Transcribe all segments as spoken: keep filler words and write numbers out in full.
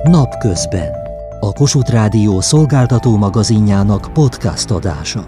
Napközben. A Kossuth Rádió szolgáltató magazinjának podcast adása.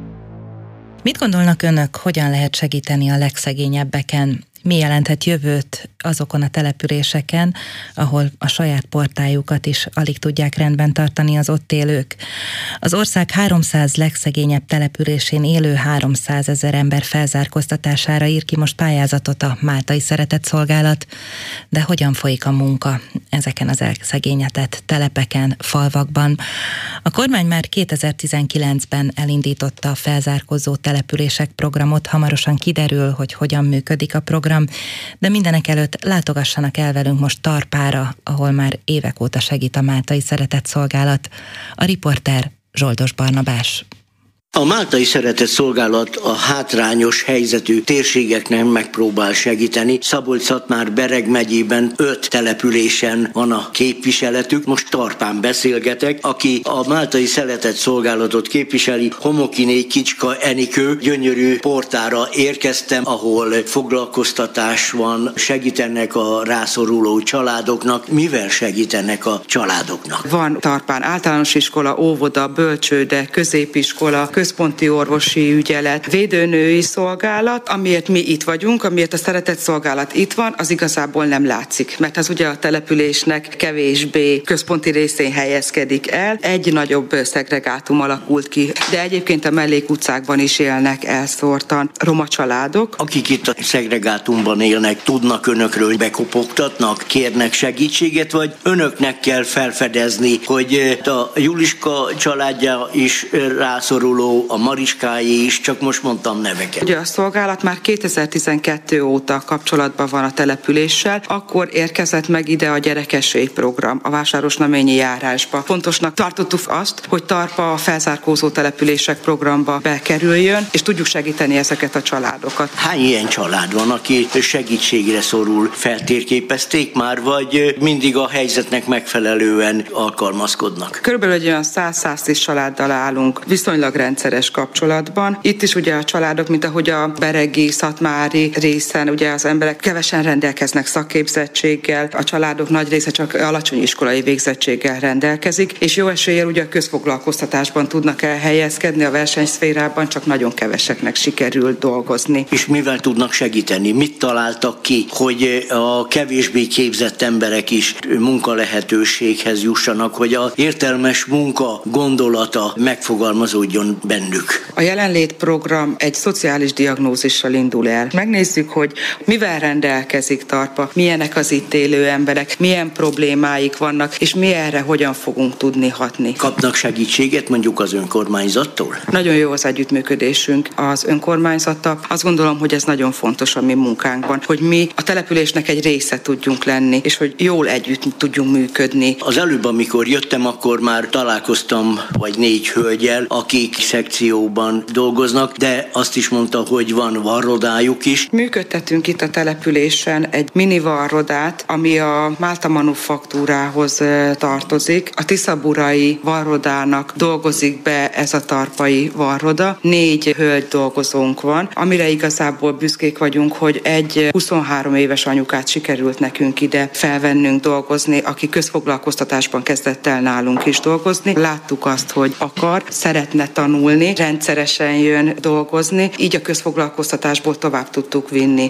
Mit gondolnak önök, hogyan lehet segíteni a legszegényebbeken? Mi jelenthet jövőt azokon a településeken, ahol a saját portájukat is alig tudják rendben tartani az ott élők? Az ország háromszáz legszegényebb településén élő háromszázezer ember felzárkóztatására ír ki most pályázatot a Máltai Szeretetszolgálat, de hogyan folyik a munka ezeken az elszegényedett telepeken, falvakban? A kormány már kétezer-tizenkilencben elindította a felzárkózó települések programot, hamarosan kiderül, hogy hogyan működik a program, de mindenek előtt látogassanak el velünk most Tarpára, ahol már évek óta segít a Máltai Szeretetszolgálat. A riporter Zsoldos Barnabás. A Máltai Szeretetszolgálat a hátrányos helyzetű térségeknek megpróbál segíteni. Szabolcs-Szatmár-Bereg megyében öt településen van a képviseletük. Most Tarpán beszélgetek, aki a Máltai Szeretetszolgálatot képviseli. Homokiné Kicska Enikő gyönyörű portára érkeztem, ahol foglalkoztatás van, segítenek a rászoruló családoknak. Mivel segítenek a családoknak? Van Tarpán általános iskola, óvoda, bölcsőde, középiskola, központi orvosi ügyelet, védőnői szolgálat, amiért mi itt vagyunk, amiért a Szeretetszolgálat itt van, az igazából nem látszik, mert az ugye a településnek kevésbé központi részén helyezkedik el, egy nagyobb szegregátum alakult ki, de egyébként a mellékutcákban is élnek elszórtan roma családok. Akik itt a szegregátumban élnek, tudnak önökről, hogy bekopogtatnak, kérnek segítséget, vagy önöknek kell felfedezni, hogy a Juliska családja is rászoruló, a Mariskáé is, csak most mondtam neveket. Ugye a szolgálat már kétezer-tizenkettő óta kapcsolatban van a településsel, akkor érkezett meg ide a gyerekesély program a Vásárosnaményi járásba. Fontosnak tartottuk azt, hogy Tarpa a felzárkózó települések programba bekerüljön, és tudjuk segíteni ezeket a családokat. Hány ilyen család van, aki segítségre szorul? Feltérképezték már, vagy mindig a helyzetnek megfelelően alkalmazkodnak? Körülbelül egy olyan száz-száztíz családdal állunk viszonylag rendszeres kapcsolatban. Itt is ugye a családok, mint ahogy a beregi, szatmári részen, ugye az emberek kevesen rendelkeznek szakképzettséggel, a családok nagy része csak alacsony iskolai végzettséggel rendelkezik, és jó eséllyel ugye a közfoglalkoztatásban tudnak elhelyezkedni, a versenyszférában csak nagyon keveseknek sikerül dolgozni. És mivel tudnak segíteni? Mit találtak ki, hogy a kevésbé képzett emberek is munkalehetőséghez jussanak, hogy az értelmes munka gondolata megfogalmazódjon bennük? A jelenlét program egy szociális diagnózissal indul el. Megnézzük, hogy mivel rendelkezik Tarpa, milyenek az itt élő emberek, milyen problémáik vannak, és mi erre hogyan fogunk tudni hatni. Kapnak segítséget mondjuk az önkormányzattól? Nagyon jó az együttműködésünk az önkormányzattal. Azt gondolom, hogy ez nagyon fontos a mi munkánkban, hogy mi a településnek egy része tudjunk lenni, és hogy jól együtt tudjunk működni. Az előbb, amikor jöttem, akkor már találkoztam vagy négy hölgyel, akik szekcióban dolgoznak, de azt is mondta, hogy van varrodájuk is. Működtetünk itt a településen egy mini varrodát, ami a Málta Manufaktúrához tartozik. A Tiszaburai varrodának dolgozik be ez a tarpai varroda. Négy hölgy dolgozónk van, amire igazából büszkék vagyunk, hogy egy huszonhárom éves anyukát sikerült nekünk ide felvennünk dolgozni, aki közfoglalkoztatásban kezdett el nálunk is dolgozni. Láttuk azt, hogy akar, szeretne tanulni, rendszeresen jön dolgozni, így a közfoglalkoztatásból tovább tudtuk vinni.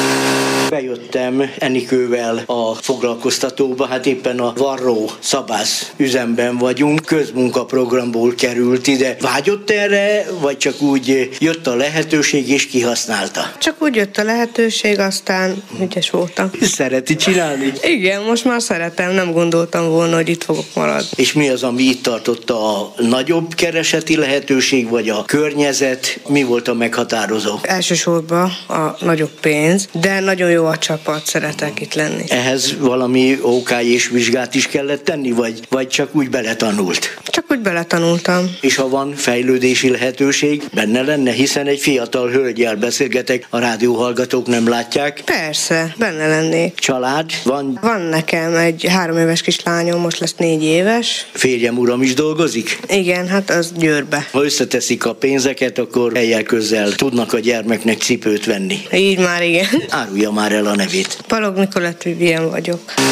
Bejöttem Enikővel a foglalkoztatóba, hát éppen a varró szabász üzemben vagyunk, közmunkaprogramból került ide. Vágyott erre, vagy csak úgy jött a lehetőség és kihasználta? Csak úgy jött a lehetőség, aztán ügyes voltam. Szereti csinálni? Igen, most már szeretem, nem gondoltam volna, hogy itt fogok maradni. És mi az, ami itt tartotta, a nagyobb kereseti lehetőség, vagy a környezet? Mi volt a meghatározó? Elsősorban a nagyobb pénz, de nagyon jó a csapat, szeretek itt lenni. Ehhez valami ó ká és vizsgát is kellett tenni, vagy, vagy csak úgy beletanult? Csak úgy beletanultam. És ha van fejlődési lehetőség, benne lenne, hiszen egy fiatal hölgyel beszélgetek, a rádióhallgatók nem látják. Persze, benne lennék. Család van? Van nekem egy három éves kislányom, most lesz négy éves. Férjem uram is dolgozik? Igen, hát az Győrbe. Ha összeteszik a pénzeket, akkor helyjel közel tudnak a gyermeknek cipőt venni. Így már igen. Árulja már el a nevét. Balogh Nikolett Vivien vagyok.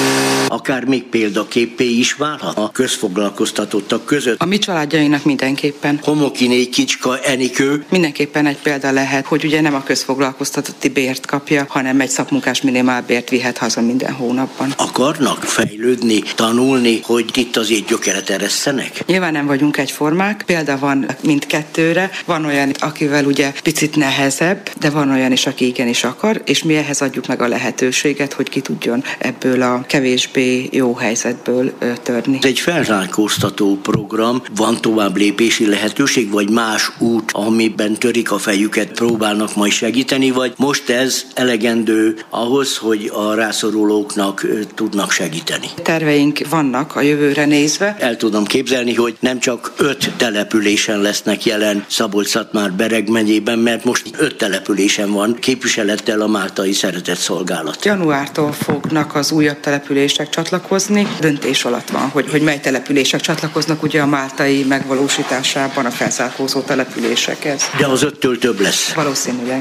akár még példaképpé is válhat a közfoglalkoztatottak között. A mi családjainak mindenképpen. Homokiné, Kicska, Enikő. Mindenképpen egy példa lehet, hogy ugye nem a közfoglalkoztatotti bért kapja, hanem egy szakmunkás minimálbért vihet haza minden hónapban. Akarnak fejlődni, tanulni, hogy itt azért gyökeret eresszenek? Nyilván nem vagyunk egyformák, példa van mindkettőre. Van olyan, akivel ugye picit nehezebb, de van olyan is, aki igenis akar, és mi ehhez adjuk meg a lehetőséget, hogy ki tudjon ebből a kevésbé jó helyzetből törni. Ez egy felzárkóztató program, van tovább lépési lehetőség, vagy más út, amiben törik a fejüket, próbálnak majd segíteni, vagy most ez elegendő ahhoz, hogy a rászorulóknak tudnak segíteni? Terveink vannak a jövőre nézve. El tudom képzelni, hogy nem csak öt településen lesznek jelen Szabolcs-Szatmár-Bereg megyében, mert most öt településen van képviselettel a Máltai Szeretetszolgálat. Januártól fognak az újabb települések csatlakozni. Döntés alatt van, hogy, hogy mely települések csatlakoznak ugye a máltai megvalósításában a felzárkózó településekhez. De az öttől több lesz. Valószínűleg.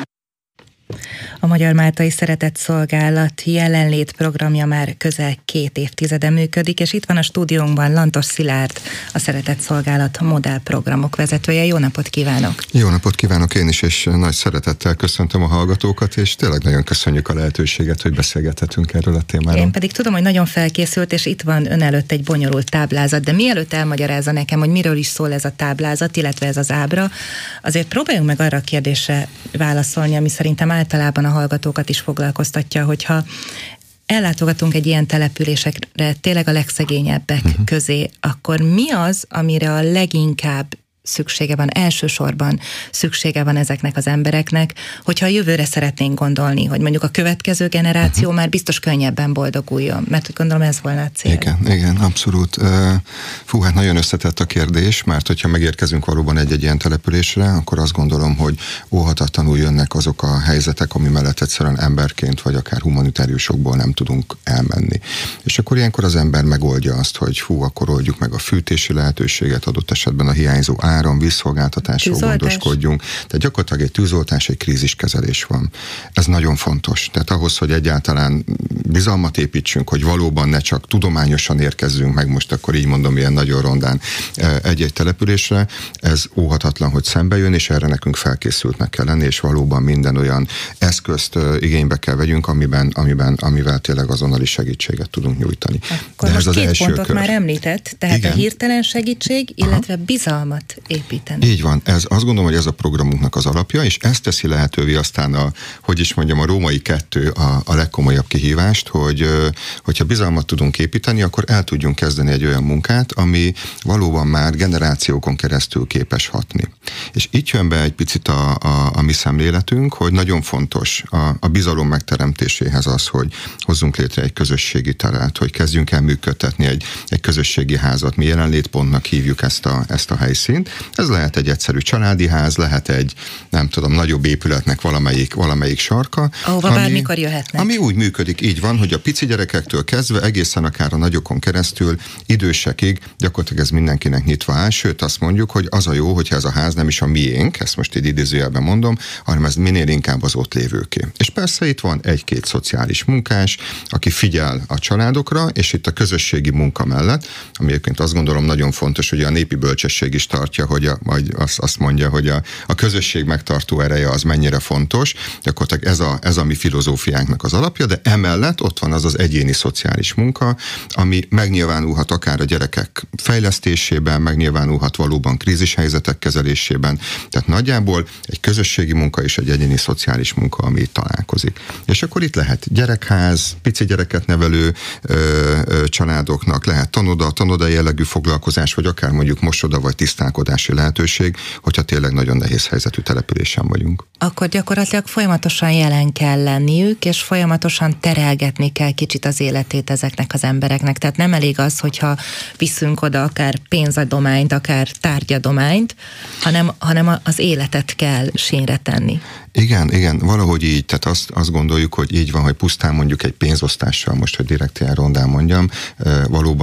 A Magyar Máltai Szeretetszolgálat jelenlét programja már közel két évtizede működik, és itt van a stúdiónkban Lantos Szilárd, a Szeretetszolgálat modellprogramok vezetője. Jó napot kívánok! Jó napot kívánok én is, és nagy szeretettel köszöntöm a hallgatókat, és tényleg nagyon köszönjük a lehetőséget, hogy beszélgethetünk erről a témáról. Én pedig tudom, hogy nagyon felkészült, és itt van ön előtt egy bonyolult táblázat, de mielőtt elmagyarázza nekem, hogy miről is szól ez a táblázat, illetve ez az ábra, azért próbáljunk meg arra a kérdésre válaszolni, ami szerintem általában a hallgatókat is foglalkoztatja, hogyha ellátogatunk egy ilyen településekre, tényleg a legszegényebbek uh-huh. közé, akkor mi az, amire a leginkább szüksége van, elsősorban szüksége van ezeknek az embereknek, hogyha a jövőre szeretnénk gondolni, hogy mondjuk a következő generáció uh-huh. már biztos könnyebben boldoguljon, mert úgy gondolom ez volna a cél. Igen, igen, abszolút. Fú, hát nagyon összetett a kérdés, mert hogyha megérkezünk valóban egy-egy ilyen településre, akkor azt gondolom, hogy óhatatlanul jönnek azok a helyzetek, ami mellett egyszerűen emberként, vagy akár humanitáriusokból nem tudunk elmenni. És akkor ilyenkor az ember megoldja azt, hogy fú, akkor oldjuk meg a fűtési lehetőséget, adott esetben a hiányzó áram, vízszolgáltatásról gondoskodjunk. Tehát gyakorlatilag egy tűzoltás, egy kríziskezelés van. Ez nagyon fontos. Tehát ahhoz, hogy egyáltalán bizalmat építsünk, hogy valóban ne csak tudományosan érkezzünk meg, most akkor így mondom, ilyen nagyon rondán egy-egy településre, ez óhatatlan, hogy szembe jön, és erre nekünk felkészültnek kell lenni, és valóban minden olyan eszközt igénybe kell vegyünk, amiben, amiben, amivel tényleg azonnali segítséget tudunk nyújtani. Akkor de most ez két az első pontot kör. már említett, tehát igen. A hirtelen segítség, illetve aha. bizalmat építeni. Így van. Ez, azt gondolom, hogy ez a programunknak az alapja, és ezt teszi lehetővé aztán a, hogy is mondjam, a római kettő a, a legkomolyabb kihívást, hogy hogyha bizalmat tudunk építeni, akkor el tudjunk kezdeni egy olyan munkát, ami valóban már generációkon keresztül képes hatni. És itt jön be egy picit a, a, a mi szemléletünk, hogy nagyon fontos a, a bizalom megteremtéséhez az, hogy hozzunk létre egy közösségi terát, hogy kezdjünk el működtetni egy, egy közösségi házat. Mi jelenlétpontnak hívjuk ezt a, ezt a helyszínt. Ez lehet egy egyszerű családi ház, lehet egy, nem tudom, nagyobb épületnek valamelyik, valamelyik sarka. Ahova ami, bármikor jöhetnek. Ami úgy működik, így van, hogy a pici gyerekektől kezdve egészen akár a nagyokon keresztül idősekig gyakorlatilag ez mindenkinek nyitva áll, sőt azt mondjuk, hogy az a jó, hogyha ez a ház nem is a miénk, ezt most így idézőjelben mondom, hanem ez minél inkább az ott lévőké. És persze itt van egy-két szociális munkás, aki figyel a családokra, és itt a közösségi munka mellett, ami egyébként azt gondolom nagyon fontos, hogy a népi bölcsesség is tartja, hogy a, majd azt, azt mondja, hogy a, a közösség megtartó ereje az mennyire fontos, gyakorlatilag ez a, ez a mi filozófiánknak az alapja, de emellett ott van az az egyéni szociális munka, ami megnyilvánulhat akár a gyerekek fejlesztésében, megnyilvánulhat valóban krízishelyzetek kezelésében, tehát nagyjából egy közösségi munka és egy egyéni szociális munka, ami itt találkozik. És akkor itt lehet gyerekház, pici gyereket nevelő ö, ö, családoknak, lehet tanoda, tanodai jellegű foglalkozás, vagy akár mondjuk mosoda vagy tisztálkodási lehetőség, hogyha tényleg nagyon nehéz helyzetű településen vagyunk. Akkor gyakorlatilag folyamatosan jelen kell lenniük, és folyamatosan terelgetni kell kicsit az életét ezeknek az embereknek. Tehát nem elég az, hogyha viszünk oda akár pénzadományt, akár tárgyadományt, hanem, hanem az életet kell sínre tenni. Igen, igen, valahogy így, tehát azt, azt gondoljuk, hogy így van, hogy pusztán mondjuk egy pénzosztással, most, hogy direkt ilyen rondán mondjam, valóban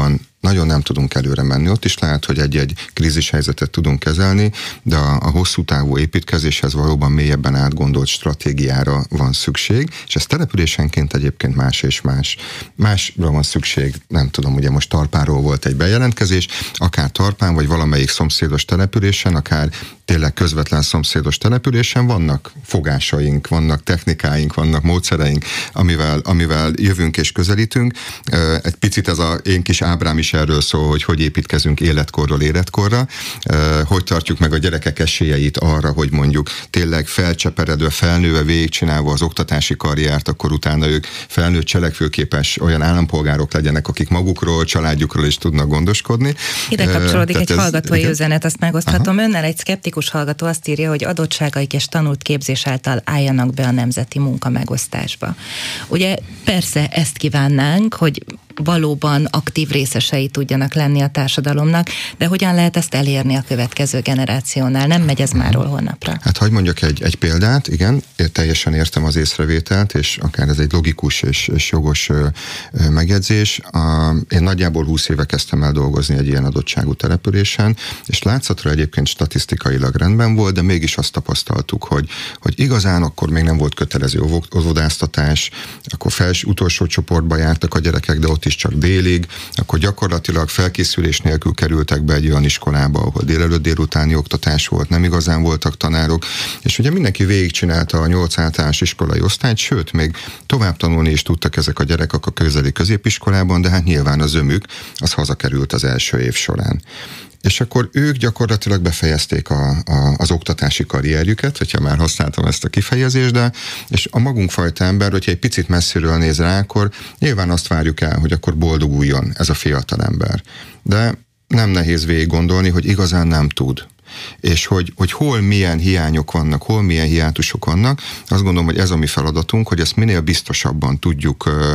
nagyon nem tudunk előre menni. Ott is lehet, hogy egy-egy krízis helyzetet tudunk kezelni, de a, a hosszú távú építkezéshez valóban mélyebben átgondolt stratégiára van szükség, és ez településenként egyébként más és más. Másra van szükség, nem tudom, ugye most Tarpáról volt egy bejelentkezés, akár Tarpán, vagy valamelyik szomszédos településen, akár tényleg közvetlen szomszédos településen vannak fogásaink, vannak technikáink, vannak módszereink, amivel, amivel jövünk és közelítünk. Egy picit ez a én kis ábrám is erről szól, hogy hogy építkezünk életkorról életkorra, hogy tartjuk meg a gyerekek esélyeit arra, hogy mondjuk tényleg felcseperedve, felnőve, végigcsinálva az oktatási karriert, akkor utána ők felnőtt cselekvőképes olyan állampolgárok legyenek, akik magukról, családjukról is tudnak gondoskodni. Ide kapcsolódik egy ez, hallgatói igen. üzenet, azt megoszthatom Aha. önnel. Egy szkeptikus hallgató azt írja, hogy adottságaik és tanult képzés által álljanak be a nemzeti munkamegosztásba. Ugye persze ezt kívánnánk, hogy valóban aktív részesei tudjanak lenni a társadalomnak, de hogyan lehet ezt elérni a következő generációnál? Nem megy ez máról holnapra. Hát hagy mondjak egy, egy példát, igen, én teljesen értem az észrevételt, és akár ez egy logikus és, és jogos ö, ö, megjegyzés. A, én nagyjából húsz éve kezdtem el dolgozni egy ilyen adottságú településen, és látszatra egyébként statisztikailag rendben volt, de mégis azt tapasztaltuk, hogy, hogy igazán akkor még nem volt kötelező óvodáztatás, akkor fels, utolsó csoportba jártak a gyerekek, de ott is csak délig, akkor gyakorlatilag felkészülés nélkül kerültek be egy olyan iskolába, ahol délelőtt délutáni oktatás volt, nem igazán voltak tanárok, és ugye mindenki végigcsinálta a nyolc általános iskolai osztályt, sőt, még tovább tanulni is tudtak ezek a gyerekek a közeli középiskolában, de hát nyilván az ömük, az hazakerült az első év során. És akkor ők gyakorlatilag befejezték a, a, az oktatási karrierjüket, hogyha már használtam ezt a kifejezést, de és a magunk fajta ember, hogyha egy picit messziről néz rá, akkor nyilván azt várjuk el, hogy akkor boldoguljon ez a fiatal ember. De nem nehéz végig gondolni, hogy igazán nem tud. És hogy, hogy hol milyen hiányok vannak, hol milyen hiátusok vannak, azt gondolom, hogy ez a mi feladatunk, hogy ezt minél biztosabban tudjuk ö,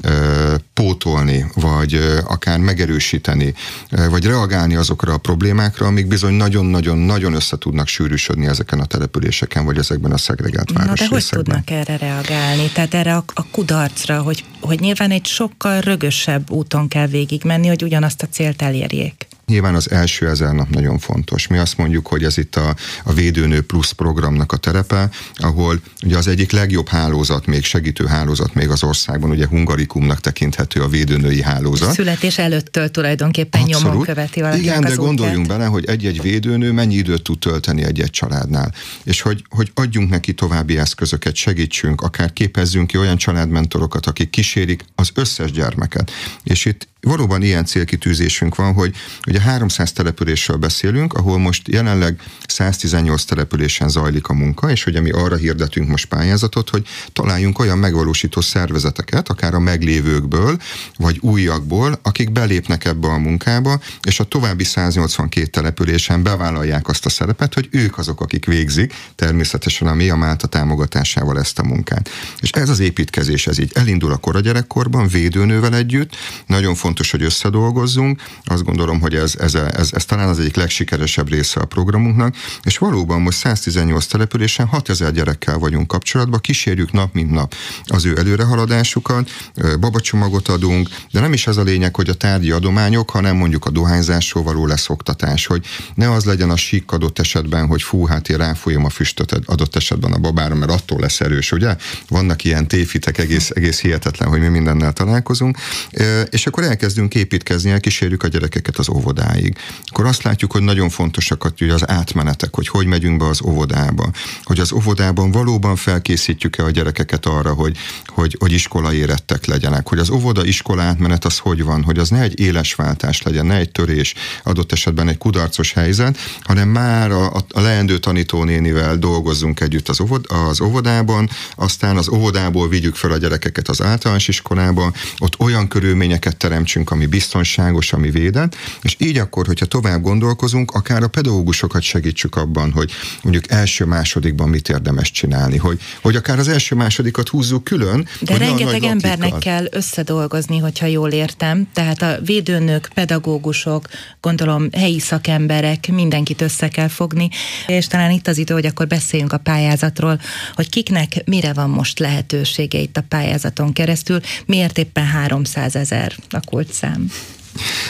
ö, pótolni, vagy ö, akár megerősíteni, ö, vagy reagálni azokra a problémákra, amik bizony nagyon-nagyon-nagyon össze tudnak sűrűsödni ezeken a településeken, vagy ezekben a szegregált városrészekben. Na de hogy tudnak erre reagálni? Tehát erre a, a kudarcra, hogy, hogy nyilván egy sokkal rögösebb úton kell végigmenni, hogy ugyanazt a célt elérjék. Nyilván az első ezer nap nagyon fontos. Mi azt mondjuk, hogy ez itt a, a Védőnő Plusz programnak a terepe, ahol ugye az egyik legjobb hálózat, még segítő hálózat még az országban, ugye Hungarikumnak tekinthető a védőnői hálózat. Születés előttől tulajdonképpen Abszolút. nyomon követi valakinek Igen, de az gondoljunk útját. bele, hogy egy-egy védőnő mennyi időt tud tölteni egy-egy családnál. És hogy, hogy adjunk neki további eszközöket, segítsünk, akár képezzünk ki olyan családmentorokat, akik kísérik az összes gyermeket. És itt valóban ilyen célkitűzésünk van, hogy ugye háromszáz településről beszélünk, ahol most jelenleg száztizennyolc településen zajlik a munka, és ugye mi arra hirdetünk most pályázatot, hogy találjunk olyan megvalósító szervezeteket, akár a meglévőkből, vagy újakból, akik belépnek ebbe a munkába, és a további száznyolcvankét településen bevállalják azt a szerepet, hogy ők azok, akik végzik, természetesen a mi a Málta támogatásával ezt a munkát. És ez az építkezés, ez így elindul a koragyerekkorban, védőnővel együtt, nagyon fontos, hogy összedolgozzunk. Azt gondolom, hogy ez, ez, ez, ez talán az egyik legsikeresebb része a programunknak, és valóban most száztizennyolc településen hatezer gyerekkel vagyunk kapcsolatban, kísérjük nap mint nap az ő előrehaladásukat, babacsomagot adunk, de nem is az a lényeg, hogy a tárgyi adományok, hanem mondjuk a dohányzásról való leszoktatás, hogy ne az legyen a sík adott esetben, hogy fú, hát én ráfújom a füstöt adott esetben a babára, mert attól lesz erős, ugye? Vannak ilyen tévhitek, egész, egész hihetetlen, hogy mi mindennel találkozunk, és akkor elkezdünk építkezni, elkísérjük a gyerekeket az óvodáig. Akkor azt látjuk, hogy nagyon fontosak ugye az átmenetek, hogy hogy megyünk be az óvodába, hogy az óvodában valóban felkészítjük-e a gyerekeket arra, hogy, hogy, hogy iskolai érettek legyenek, hogy az óvoda-iskola átmenet az hogy van, hogy az ne egy éles váltás legyen, ne egy törés, adott esetben egy kudarcos helyzet, hanem már a, a leendő tanítónénivel dolgozzunk együtt az, óvod, az óvodában, aztán az óvodából vigyük fel a gyerekeket az általános iskolába, ott olyan körülményeket teremtsünk, ami biztonságos, ami védett, és így akkor, hogyha tovább gondolkozunk, akár a pedagógusokat segítsük abban, hogy mondjuk első-másodikban mit érdemes csinálni, hogy, hogy akár az első-másodikat húzzuk külön. De rengeteg embernek kell összedolgozni, hogyha jól értem, tehát a védőnők, pedagógusok, gondolom helyi szakemberek, mindenkit össze kell fogni, és talán itt az idő, hogy akkor beszéljünk a pályázatról, hogy kiknek mire van most lehetősége itt a pályázaton keresztül, miért éppen háromszázezer a kulcsszám?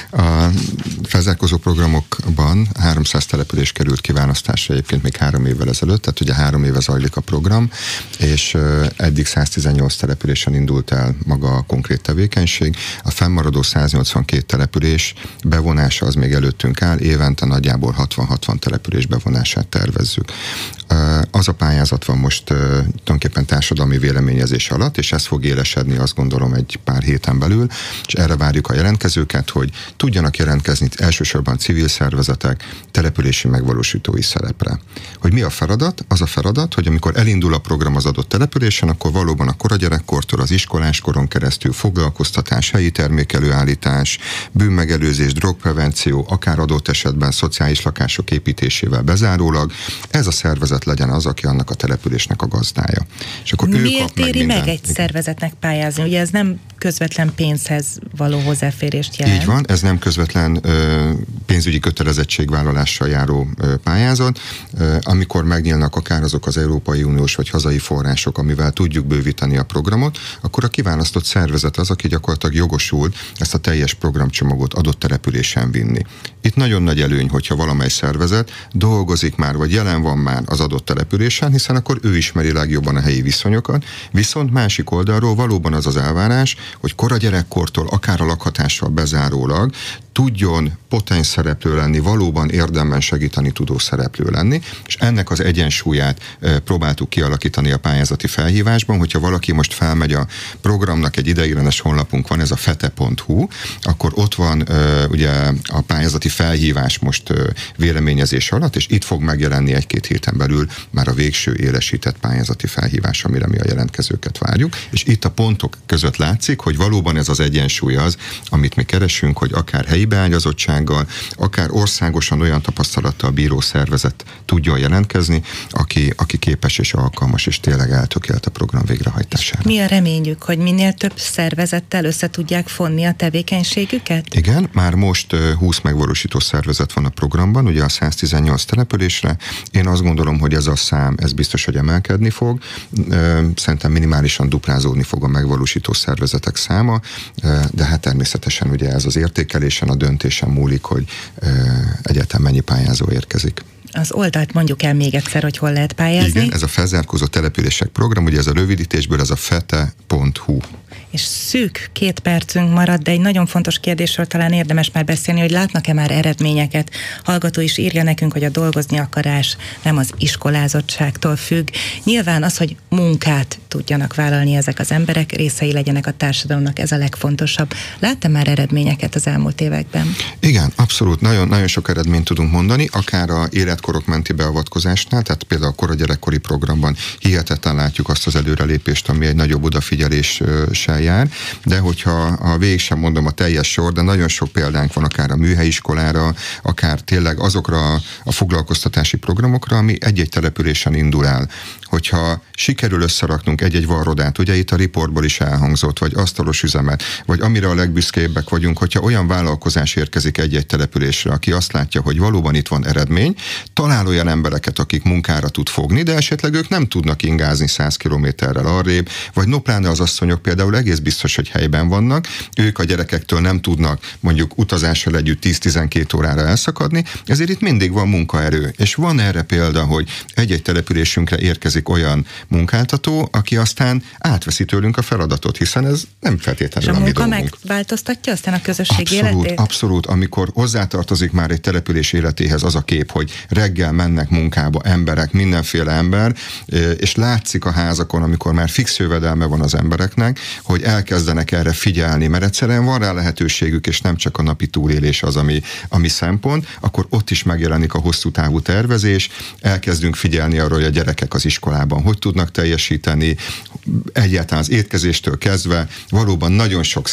A felzárkózó programokban háromszáz település került kiválasztásra egyébként még három évvel ezelőtt, tehát ugye három éve zajlik a program, és eddig száztizennyolc településen indult el maga a konkrét tevékenység. A fennmaradó száznyolcvankét település bevonása az még előttünk áll, évente nagyjából hatvan-hatvan település bevonását tervezzük. Az a pályázat van most tulajdonképpen társadalmi véleményezés alatt, és ez fog élesedni, azt gondolom, egy pár héten belül, és erre várjuk a jelentkezőket, hogy tudjanak jelentkezni elsősorban civil szervezetek, települési megvalósítói szerepre. Hogy mi a feladat? Az a feladat, hogy amikor elindul a program az adott településen, akkor valóban a koragyerekkortól az iskoláskoron keresztül foglalkoztatás, helyi termékelőállítás, bűnmegelőzés, drogprevenció, akár adott esetben szociális lakások építésével bezárólag, ez a szervezet legyen az, aki annak a településnek a gazdája. És akkor miért éri meg, meg egy igen. szervezetnek pályázni? Ugye ez nem közvetlen pénzhez való hozzáférést jelent. Így van, ez nem közvetlen ö, pénzügyi kötelezettségvállalással járó ö, pályázat. Ö, amikor megnyílnak akár azok az Európai Uniós vagy hazai források, amivel tudjuk bővíteni a programot, akkor a kiválasztott szervezet az, aki gyakorlatilag jogosult ezt a teljes programcsomagot adott településen vinni. Itt nagyon nagy előny, hogyha valamely szervezet dolgozik már, vagy jelen van már az adott településen, hiszen akkor ő ismeri legjobban a helyi viszonyokat, viszont másik oldalról valóban az az elvárás, hogy koragyerekkortól akár a lakhatással bezárólag tudjon potens szereplő lenni, valóban érdemben segíteni tudó szereplő lenni, és ennek az egyensúlyát e, próbáltuk kialakítani a pályázati felhívásban, hogyha valaki most felmegy a programnak, egy ideiglenes honlapunk van, ez a fete pont hu, akkor ott van e, ugye a pályázati felhívás most e, véleményezés alatt, és itt fog megjelenni egy-két héten belül már a végső élesített pályázati felhívás, amire mi a jelentkezőket várjuk, és itt a pontok között látszik, hogy valóban ez az egyensúly az, amit mi keresünk, hogy akár helyi beágyazottsággal, akár országosan olyan tapasztalattal bíró szervezet tudjon jelentkezni, aki, aki képes és alkalmas, és tényleg eltökélt a program végrehajtására. Mi a reményük, hogy minél több szervezettel össze tudják fonni a tevékenységüket? Igen, már most húsz megvalósító szervezet van a programban, ugye a száztizennyolc településre. Én azt gondolom, hogy ez a szám, ez biztos, hogy emelkedni fog. Szerintem minimálisan duplázódni fog a megvalósító szervezetek száma, de hát természetesen ugye ez az értékelésen, a döntésen múlik, hogy egyáltalán mennyi pályázó érkezik. Az oldalt mondjuk el még egyszer, hogy hol lehet pályázni. Igen, ez a felzárkózó települések program, ugye ez a rövidítésből, ez a fete pont hu. És szűk két percünk marad, de egy nagyon fontos kérdésről talán érdemes már beszélni, hogy látnak-e már eredményeket. Hallgató is írja nekünk, hogy a dolgozni akarás nem az iskolázottságtól függ. Nyilván az, hogy munkát tudjanak vállalni ezek az emberek, részei legyenek a társadalomnak, ez a legfontosabb. Láttam már eredményeket az elmúlt években? Igen, abszolút. Nagyon, nagyon sok eredményt tudunk mondani, akár a életkorok menti beavatkozásnál, tehát például a koragyerekkori programban hihetetlen látjuk azt az előrelépést, ami egy nagyobb odafigyeléssel jár, de hogyha a végig sem mondom a teljes sor, de nagyon sok példánk van akár a műhelyiskolára, akár tényleg azokra a foglalkoztatási programokra, ami egy-egy településen indul el. Hogyha sikerül összeraknunk egy-egy varrodát, ugye itt a riportból is elhangzott, vagy asztalos üzemet, vagy amire a legbüszkébbek vagyunk, hogyha olyan vállalkozás érkezik egy-egy településre, aki azt látja, hogy valóban itt van eredmény, talál olyan embereket, akik munkára tud fogni, de esetleg ők nem tudnak ingázni száz kilométerrel arrébb, vagy no pláne az asszonyok például egész biztos, hogy helyben vannak, ők a gyerekektől nem tudnak mondjuk utazással együtt tíz-tizenkét órára elszakadni, ezért itt mindig van munkaerő, és van erre példa, hogy egy-egy településünkre érkezik olyan munkáltató, aki aztán átveszi tőlünk a feladatot, hiszen ez nem feltétlenül a mi dolgunk. És a munka megváltoztatja aztán a közösség abszolút, életét? Abszolút, amikor hozzátartozik már egy település életéhez az a kép, hogy reggel mennek munkába emberek, mindenféle ember, és látszik a házakon, amikor már fix jövedelme van az embereknek, hogy elkezdenek erre figyelni, mert egyszerűen van rá lehetőségük, és nem csak a napi túlélés az, ami, ami szempont, akkor ott is megjelenik a hosszú távú tervezés, elkezdünk figyelni arra, hogy a gyerekek az iskolában hogy tudnak teljesíteni, egyáltalán az étkezéstől kezdve, valóban nagyon sok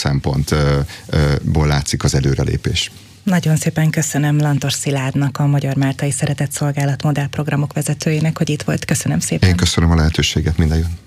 szempontból látszik az előrelépés. Nagyon szépen köszönöm Lantos Szilárdnak, a Magyar Máltai Szeretett Szolgálat modellprogramok vezetőjének, hogy itt volt. Köszönöm szépen. Én köszönöm a lehetőséget, minden jön.